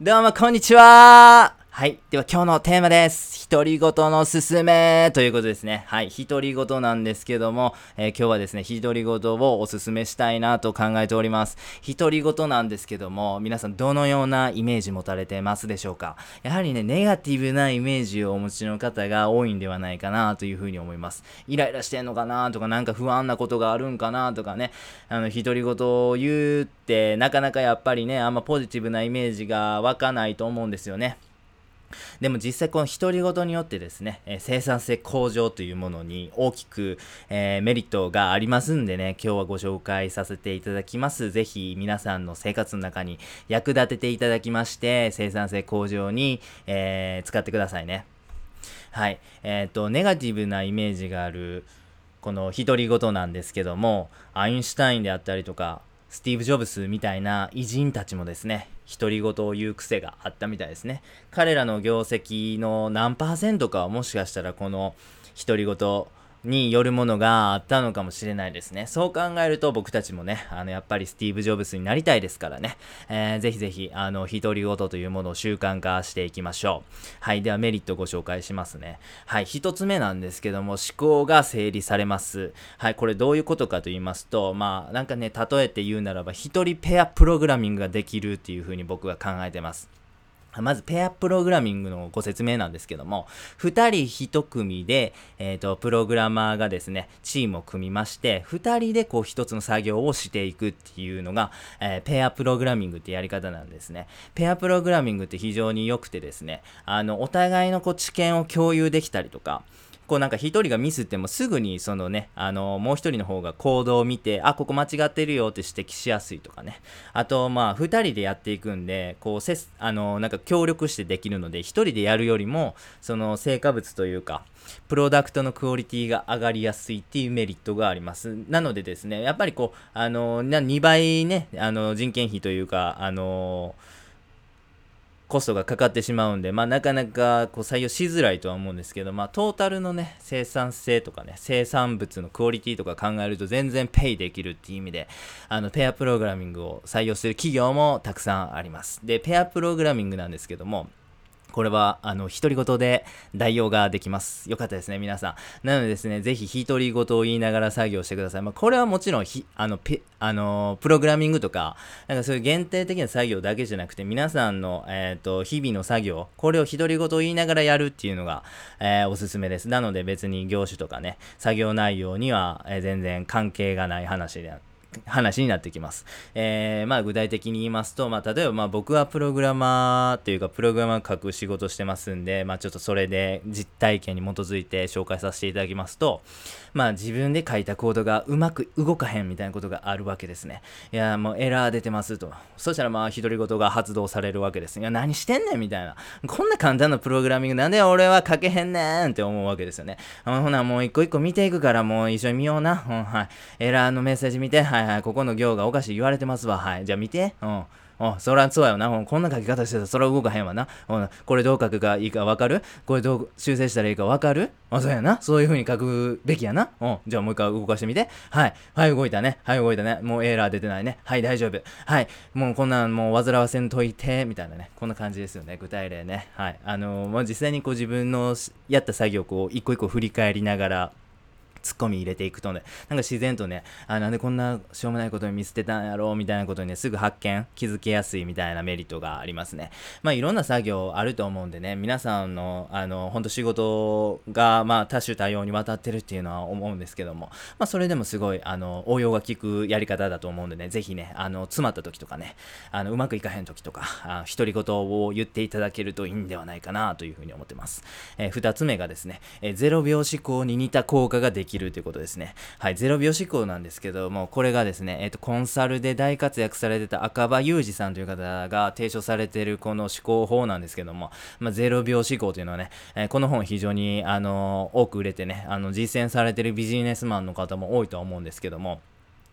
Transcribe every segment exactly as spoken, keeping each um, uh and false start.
どうもこんにちは。はい。では今日のテーマです。独り言のすすめということですね。はい。独り言なんですけども、えー、今日はですね、独り言をおすすめしたいなと考えております。独り言なんですけども、皆さんどのようなイメージ持たれてますでしょうか？やはりね、ネガティブなイメージをお持ちの方が多いんではないかなというふうに思います。イライラしてんのかなとか、なんか不安なことがあるんかなとかね、あの、独り言を言って、なかなかやっぱりね、あんまポジティブなイメージが湧かないと思うんですよね。でも実際この独り言によってですね、えー生産性向上というものに大きく、えーメリットがありますんでね、今日はご紹介させていただきます。ぜひ皆さんの生活の中に役立てていただきまして、生産性向上に、えー使ってくださいね。はい。えっ、と、ネガティブなイメージがあるこの独り言なんですけども、アインシュタインであったりとか、スティーブ・ジョブズみたいな偉人たちもですね、独り言を言う癖があったみたいですね。彼らの業績の何パーセントかはもしかしたらこの独り言によるものがあったのかもしれないですね。そう考えると僕たちもね、あのやっぱりスティーブ・ジョブズになりたいですからね、えー、ぜひぜひあの独り言というものを習慣化していきましょう。はい、ではメリットをご紹介しますね。はい、一つ目なんですけども、思考が整理されます。はい、これどういうことかと言いますと、まあなんかね、例えて言うならば一人ペアプログラミングができるっていうふうに僕は考えてます。まず、ペアプログラミングのご説明なんですけども、二人一組で、えっと、プログラマーがですね、チームを組みまして、二人でこう一つの作業をしていくっていうのが、えーペアプログラミングってやり方なんですね。ペアプログラミングって非常に良くてですね、あの、お互いのこう知見を共有できたりとか、こうなんか一人がミスってもすぐにそのね、あの、もう一人の方が行動を見て、あ、ここ間違ってるよって指摘しやすいとかね。あと、まあ、二人でやっていくんで、こう、せす、あの、なんか協力してできるので、一人でやるよりも、その成果物というか、プロダクトのクオリティが上がりやすいっていうメリットがあります。なのでですね、やっぱりこう、あの、なにばいね、あの、人件費というか、あの、コストがかかってしまうんで、まあ、なかなかこう採用しづらいとは思うんですけど、まあ、トータルのね、生産性とかね、生産物のクオリティとか考えると全然ペイできるっていう意味で、あの、ペアプログラミングを採用する企業もたくさんあります。で、ペアプログラミングなんですけども、これは、あの、独り言で代用ができます。よかったですね、皆さん。なのでですね、ぜひ独り言を言いながら作業してください。まあ、これはもちろん、ひ、あの、ペ、あの、プログラミングとか、なんかそういう限定的な作業だけじゃなくて、皆さんの、えっと、日々の作業、これを独り言を言いながらやるっていうのが、えーおすすめです。なので別に業種とかね、作業内容には、えー全然関係がない話で、話になってきます。えー、まあ具体的に言いますと、まあ例えばまあ僕はプログラマーというかプログラマー書く仕事してますんで、まあちょっとそれで実体験に基づいて紹介させていただきますと、まあ自分で書いたコードがうまく動かへんみたいなことがあるわけですね。いやもうエラー出てますと。そしたらまあ独り言が発動されるわけです。いや何してんねんみたいな。こんな簡単なプログラミングなんで俺は書けへんねんって思うわけですよね。あほなもう一個一個見ていくからもう一緒に見ような。うん、はい。エラーのメッセージ見て。はいはい。ここの行がおかしい言われてますわ。はい。じゃあ見て。うん。おそらそうやよな。こんな書き方してたらそら動かへんわな。これどう書くかいいか分かる？これどう修正したらいいか分かる？あ、そうやな。そういう風に書くべきやな。うん。じゃあもう一回動かしてみて。はい。はい、動いたね。はい、動いたね。もうエラー出てないね。はい、大丈夫。はい。もうこんなんもう煩わせんといて。みたいなね。こんな感じですよね。具体例ね。はい。あのー、まあ、実際にこう自分のやった作業をこう一個一個振り返りながら、ツッコミ入れていくとね、なんか自然とね、あ、なんでこんなしょうもないことに見捨てたんやろうみたいなことにね、すぐ発見、気づけやすいみたいなメリットがありますね。まあいろんな作業あると思うんでね、皆さんの、あの、本当仕事が、まあ多種多様にわたってるっていうのは思うんですけども、まあそれでもすごい、あの、応用が効くやり方だと思うんでね、ぜひね、あの、詰まった時とかね、あの、うまくいかへん時とか、あ独り言を言っていただけるといいんではないかなというふうに思ってます。えー、二つ目がですね、えー、ゼロびょう思考に似た効果ができるということですね。はい、ゼロびょう思考なんですけども、これがですね、えっと、コンサルで大活躍されてた赤羽裕二さんという方が提唱されているこの思考法なんですけども、まあ、ゼロびょう思考というのはね、えーこの本非常に、あのー多く売れてね、あの、実践されているビジネスマンの方も多いとは思うんですけども、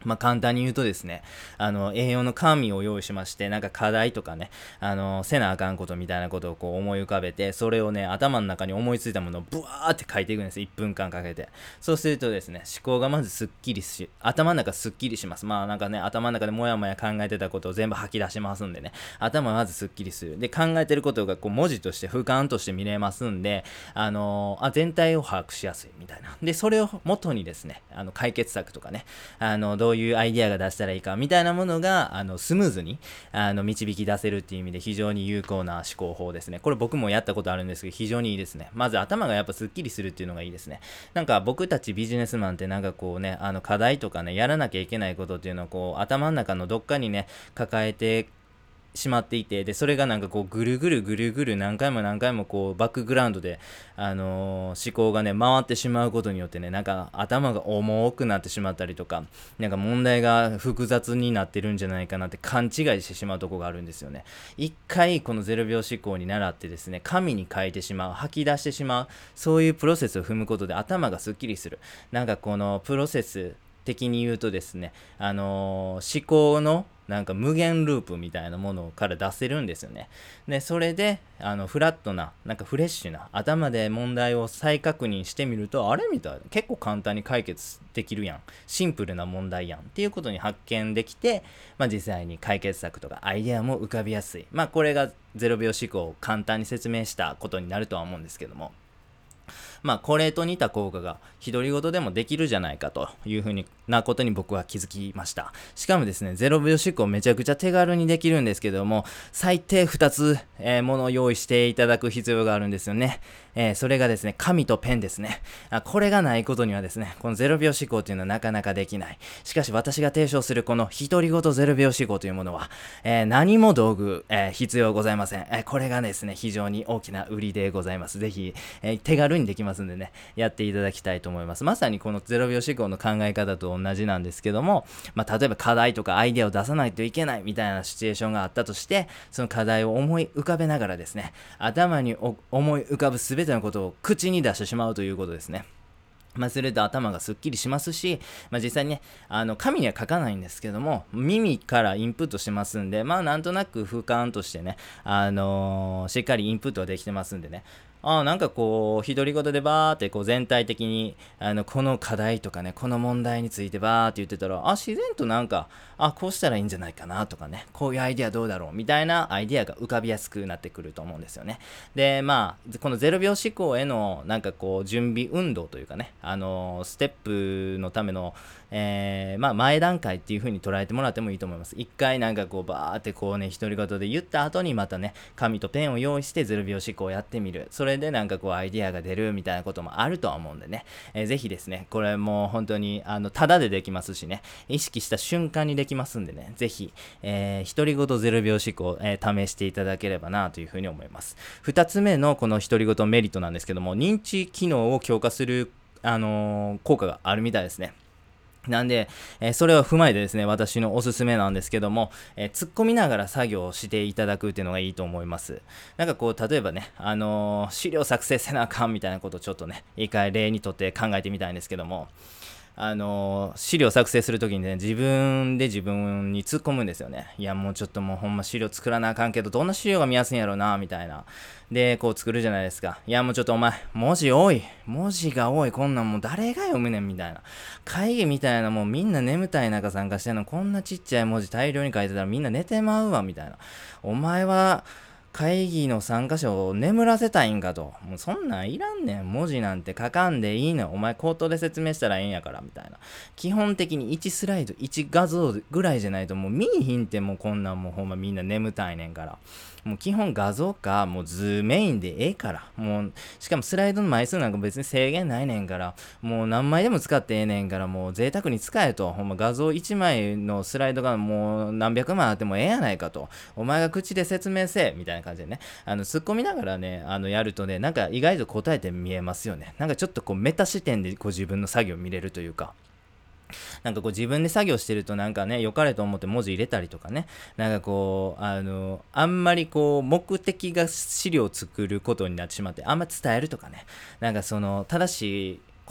まあ簡単に言うとですね、あの、栄養の紙を用意しまして、なんか課題とかね、あの、せなあかんことみたいなことをこう思い浮かべて、それをね、頭の中に思いついたものをブワーって書いていくんです。いっぷんかんかけて。そうするとですね、思考がまずすっきりし、頭の中すっきりします。まあなんかね、頭の中でもやもや考えてたことを全部吐き出しますんでね、頭まずすっきりする。で、考えてることがこう文字として俯瞰として見れますんで、あのーあ、全体を把握しやすいみたいな。で、それを元にですね、あの、解決策とかね、あの、どういうアイディアが出したらいいかみたいなものが、あの、スムーズに、あの、導き出せるっていう意味で非常に有効な思考法ですね。これ僕もやったことあるんですけど、非常にいいですね。まず頭がやっぱスッキリするっていうのがいいですね。なんか僕たちビジネスマンってなんかこうね、あの、課題とかね、やらなきゃいけないことっていうのをこう、頭の中のどっかにね、抱えて、しまっていて、でそれがなんかこうぐるぐるぐるぐる何回も何回もこうバックグラウンドで、あのー思考がね回ってしまうことによってね、なんか頭が重くなってしまったりとか、なんか問題が複雑になってるんじゃないかなって勘違いしてしまうところがあるんですよね。一回このゼロびょう思考に習ってですね、紙に書いてしまう、吐き出してしまう、そういうプロセスを踏むことで頭がすっきりする。なんかこのプロセス的に言うとですね、あのー思考のなんか無限ループみたいなものから出せるんですよね。で、それで、あの、フラットな、なんかフレッシュな、頭で問題を再確認してみると、あれみたいな、結構簡単に解決できるやん。シンプルな問題やん。っていうことに発見できて、まあ実際に解決策とかアイデアも浮かびやすい。まあこれがゼロびょう思考を簡単に説明したことになるとは思うんですけども。まあこれと似た効果が独り言でもできるじゃないかというふうなことに僕は気づきました。しかもですね、ゼロびょう思考めちゃくちゃ手軽にできるんですけども、最低ふたつ、えー、ものを用意していただく必要があるんですよね。えー、それがですね、紙とペンですね。あ、これがないことにはですね、このゼロびょう思考というのはなかなかできない。しかし私が提唱するこの独り言ゼロびょう思考というものは、えー、何も道具、えー、必要ございません。えー、これがですね、非常に大きな売りでございます。ぜひ、えー、手軽にできますんでね、やっていただきたいと思います。まさにこのゼロびょう思考の考え方と同じなんですけども、まあ、例えば課題とかアイデアを出さないといけないみたいなシチュエーションがあったとして、その課題を思い浮かべながらですね、頭に思い浮かぶすべてのことを口に出してしまうということですね。まあ、すると頭がすっきりしますし、まあ、実際にね、あの、紙には書かないんですけども、耳からインプットしてますんで、まあ、なんとなく俯瞰としてね、あのーしっかりインプットはできてますんでね、ああ、なんかこう、独り言でバーってこう全体的に、あの、この課題とかね、この問題についてバーって言ってたら、あ、自然となんか、あ、こうしたらいいんじゃないかなとかね、こういうアイデアどうだろうみたいなアイデアが浮かびやすくなってくると思うんですよね。で、まあ、このゼロびょう思考への、なんかこう、準備運動というかね、あのーステップのための、えー、まあ、前段階っていう風に捉えてもらってもいいと思います。一回なんかこう、バーってこうね、独り言で言った後にまたね、紙とペンを用意してゼロびょう思考をやってみる。それでなんかこう、アイディアが出るみたいなこともあるとは思うんでね、えー、ぜひですね、これもう本当に、あの、ただでできますしね、意識した瞬間にできますんでね、ぜひ、えー、独り言ゼロびょう思考、えー、試していただければなという風に思います。二つ目のこの独り言メリットなんですけども、認知機能を強化するあのー、効果があるみたいですね。なんで、えーそれを踏まえてですね、私のおすすめなんですけども、えー突っ込みながら作業をしていただくっていうのがいいと思います。なんかこう、例えばね、あのー資料作成せなあかんみたいなことをちょっとね、一回例にとって考えてみたいんですけども、あのー資料作成するときにね、自分で自分に突っ込むんですよね。いや、もうちょっともうほんま資料作らなあかんけど、どんな資料が見やすいんやろうな、みたいな。で、こう作るじゃないですか。いや、もうちょっとお前、文字多い。文字が多い。こんなんもう誰が読むねん、みたいな。会議みたいなもうみんな眠たい中参加してんの、こんなちっちゃい文字大量に書いてたらみんな寝てまうわ、みたいな。お前は、会議の参加者を眠らせたいんかと。もうそんなんいらんねん。文字なんて書かんでいいの。お前口頭で説明したらええんやから、みたいな。基本的にいちスライド、いち画像ぐらいじゃないともう見えひんってもうこんなんもうほんまみんな眠たいねんから。もう基本画像か、もう図メインでええから。もう、しかもスライドの枚数なんか別に制限ないねんから、もう何枚でも使ってええねんから、もう贅沢に使えと。ほんま画像いちまいのスライドがもう何百枚あってもええやないかと。お前が口で説明せえ、みたいな感じでね。あの、突っ込みながらね、あの、やるとね、なんか意外と答えて見えますよね。なんかちょっとこうメタ視点でこう自分の作業を見れるというか。なんかこう自分で作業してるとなんかね、良かれと思って文字入れたりとかね、なんかこう、あの、あんまりこう、目的が資料を作ることになってしまって、あんま伝えるとかね、なんかその、正しい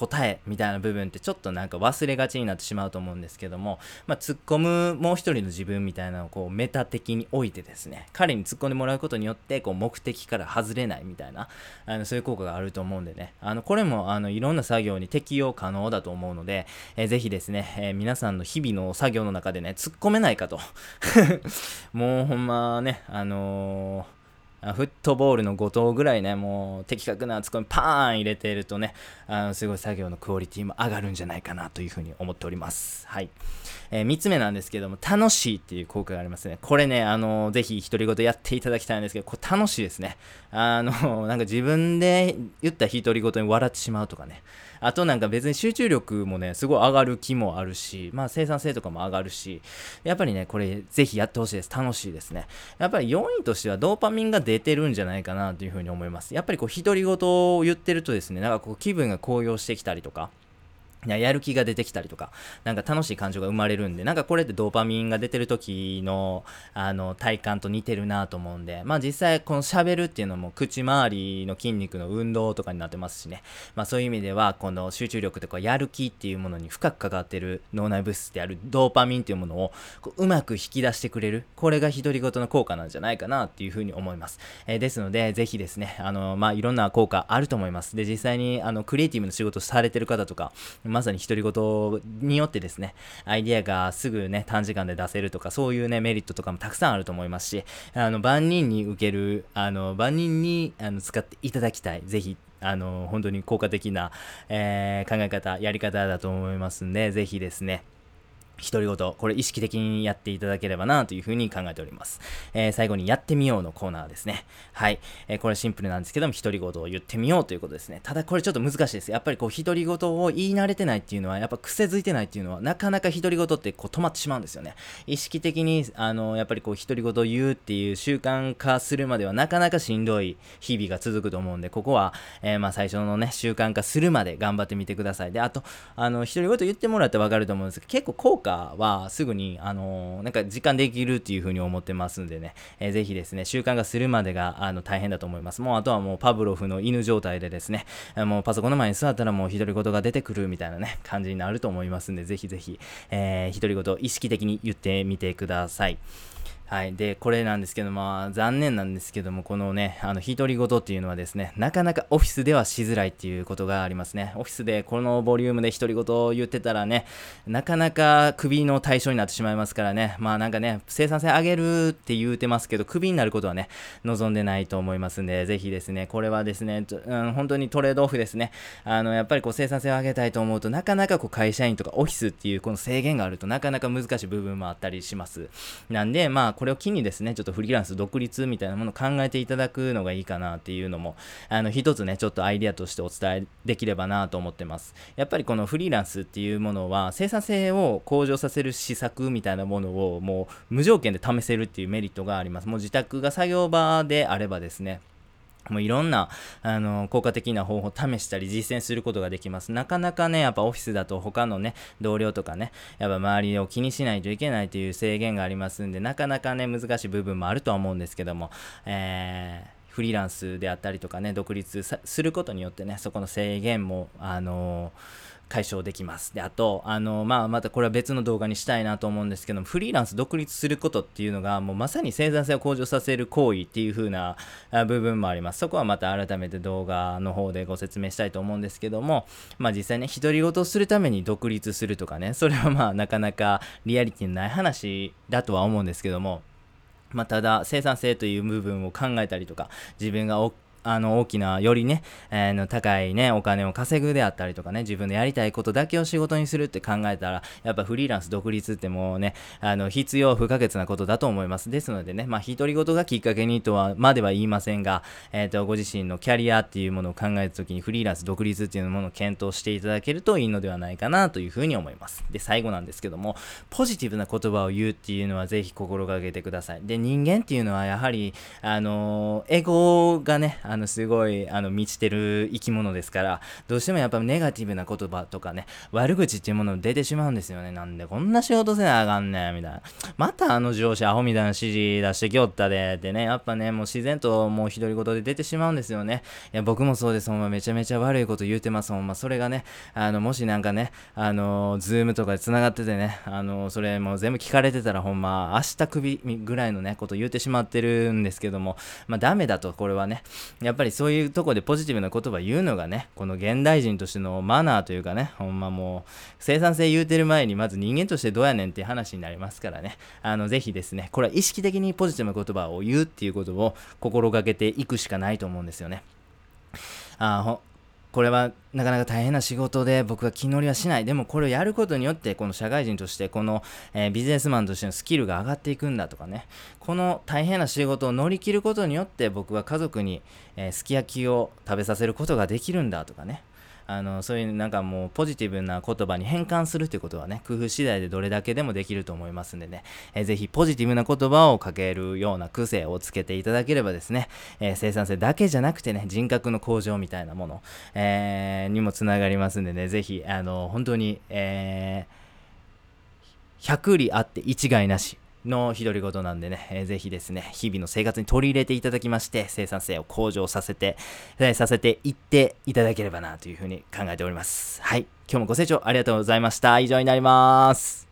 答えみたいな部分ってちょっとなんか忘れがちになってしまうと思うんですけども、まあ、突っ込むもう一人の自分みたいなのをこうメタ的に置いてですね、彼に突っ込んでもらうことによってこう目的から外れないみたいな、あのそういう効果があると思うんでね、あのこれもあのいろんな作業に適用可能だと思うので、えー、ぜひですね、えー、皆さんの日々の作業の中でね突っ込めないかともうほんまね、あのーフットボールのご投ぐらいね、もう的確なツッコミパーン入れているとね、あのすごい作業のクオリティも上がるんじゃないかなというふうに思っております。はい。えー、みっつめなんですけども、楽しいっていう効果がありますね。これね、あのー、ぜひ独り言やっていただきたいんですけど、これ楽しいですね。あのー、なんか自分で言った独り言に笑ってしまうとかね。あとなんか別に集中力もね、すごい上がる気もあるし、まあ生産性とかも上がるし、やっぱりね、これぜひやってほしいです。楽しいですね。やっぱり要因としてはドーパミンが出てるんじゃないかなというふうに思います。やっぱりこう独り言を言ってるとですね、なんかこう気分が高揚してきたりとか、ややる気が出てきたりとか、なんか楽しい感情が生まれるんで、なんかこれってドーパミンが出てる時の、あの、体感と似てるなと思うんで、まあ実際この喋るっていうのも口周りの筋肉の運動とかになってますしね、まあそういう意味では、この集中力とかやる気っていうものに深く関わってる脳内物質であるドーパミンっていうものをこう、うまく引き出してくれる、これが独り言の効果なんじゃないかなっていうふうに思います。えー、ですので、ぜひですね、あの、まあいろんな効果あると思います。で、実際にあの、クリエイティブの仕事されてる方とか、まさに独り言によってですね、アイデアがすぐね、短時間で出せるとか、そういうね、メリットとかもたくさんあると思いますし、あの、万人に受ける、あの、万人にあの使っていただきたい。ぜひ、あの、本当に効果的な、えー、考え方、やり方だと思いますんで、ぜひですね、独り言、これ意識的にやっていただければなというふうに考えております。えー、最後にやってみようのコーナーですね。はい。えー、これシンプルなんですけども、独り言を言ってみようということですね。ただこれちょっと難しいです。やっぱりこう、独り言を言い慣れてないっていうのは、やっぱ癖づいてないっていうのは、なかなか独り言ってこう止まってしまうんですよね。意識的に、あの、やっぱりこう、独り言を言うっていう習慣化するまでは、なかなかしんどい日々が続くと思うんで、ここは、えー、まあ最初のね、習慣化するまで頑張ってみてください。で、あと、あの、独り言言ってもらってわかると思うんですけど、結構効果はすぐに、あのー、なんか実感できるっていう風に思ってますんでね、えー、ぜひですね、習慣化するまでがあの大変だと思います。もうあとはもうパブロフの犬状態でですね、もうパソコンの前に座ったらもう独り言が出てくるみたいなね、感じになると思いますんで、ぜひぜひ、えー、独り言意識的に言ってみてください。はい。で、これなんですけど、まあ、残念なんですけども、このね、あの、独り言っていうのはですね、なかなかオフィスではしづらいっていうことがありますね。オフィスでこのボリュームで独り言を言ってたらね、なかなかクビの対象になってしまいますからね、まあなんかね、生産性上げるって言うてますけど、クビになることはね、望んでないと思いますんで、ぜひですね、これはですね、うん、本当にトレードオフですね。あの、やっぱりこう、生産性を上げたいと思うと、なかなかこう、会社員とかオフィスっていうこの制限があるとなかなか難しい部分もあったりします。なんで、まあ、これを機にですね、ちょっとフリーランス独立みたいなものを考えていただくのがいいかなっていうのも、あの、一つね、ちょっとアイデアとしてお伝えできればなと思ってます。やっぱりこのフリーランスっていうものは、生産性を向上させる施策みたいなものをもう無条件で試せるっていうメリットがあります。もう自宅が作業場であればですね、もういろんなあの効果的な方法を試したり実践することができます。なかなかね、やっぱオフィスだと他のね、同僚とかね、やっぱ周りを気にしないといけないという制限がありますんで、なかなかね、難しい部分もあるとは思うんですけども、えー、フリーランスであったりとかね、独立することによってね、そこの制限も、あのー解消できます。で、あと、あの、まあ、またこれは別の動画にしたいなと思うんですけども、フリーランス独立することっていうのが、もうまさに生産性を向上させる行為っていう風な部分もあります。そこはまた改めて動画の方でご説明したいと思うんですけども、まあ実際ね、独り言をするために独立するとかね、それはまあなかなかリアリティのない話だとは思うんですけども、まあ、ただ生産性という部分を考えたりとか、自分がおあの大きなよりね、えー、の高いねお金を稼ぐであったりとかね、自分のやりたいことだけを仕事にするって考えたら、やっぱフリーランス独立ってもうね、あの必要不可欠なことだと思います。ですのでね、まあ独り言がきっかけにとはまでは言いませんが、えー、とご自身のキャリアっていうものを考えるときにフリーランス独立っていうものを検討していただけるといいのではないかなというふうに思います。で、最後なんですけども、ポジティブな言葉を言うっていうのはぜひ心がけてください。で、人間っていうのはやはりあのー、エゴがね、 あのすごいあの満ちてる生き物ですから、どうしてもやっぱネガティブな言葉とかね、悪口っていうもの出てしまうんですよね。なんでこんな仕事せなあかんねんみたいな、またあの上司アホみたいな指示出してきよったでってね、やっぱね、もう自然ともう独り言で出てしまうんですよね。いや僕もそうです。ほんまめちゃめちゃ悪いこと言うてます。ほんまそれがね、あのもしなんかね、あのズームとかで繋がっててね、あのそれもう全部聞かれてたら、ほんま明日首ぐらいのねこと言うてしまってるんですけども、まあダメだと、これはね、やっぱりそういうとこでポジティブな言葉言うのがね、この現代人としてのマナーというかね、ほんまもう生産性言うてる前にまず人間としてどうやねんっていう話になりますからね、あのぜひですね、これは意識的にポジティブな言葉を言うっていうことを心がけていくしかないと思うんですよね。あほこれはなかなか大変な仕事で、僕は気乗りはしない。でもこれをやることによって、この社会人としてこの、えービジネスマンとしてのスキルが上がっていくんだとかね、この大変な仕事を乗り切ることによって僕は家族に、えーすき焼きを食べさせることができるんだとかね、あのそういうなんかもうポジティブな言葉に変換するということはね、工夫次第でどれだけでもできると思いますんでね、えーぜひポジティブな言葉をかけるような癖をつけていただければですね、えー生産性だけじゃなくてね、人格の向上みたいなもの、えーにもつながりますんでね、ぜひあの本当に、えーひゃく里あって一害なしの独り言なんでね、えーぜひですね、日々の生活に取り入れていただきまして、生産性を向上させて、えーさせていっていただければなというふうに考えております。はい。今日もご清聴ありがとうございました。以上になります。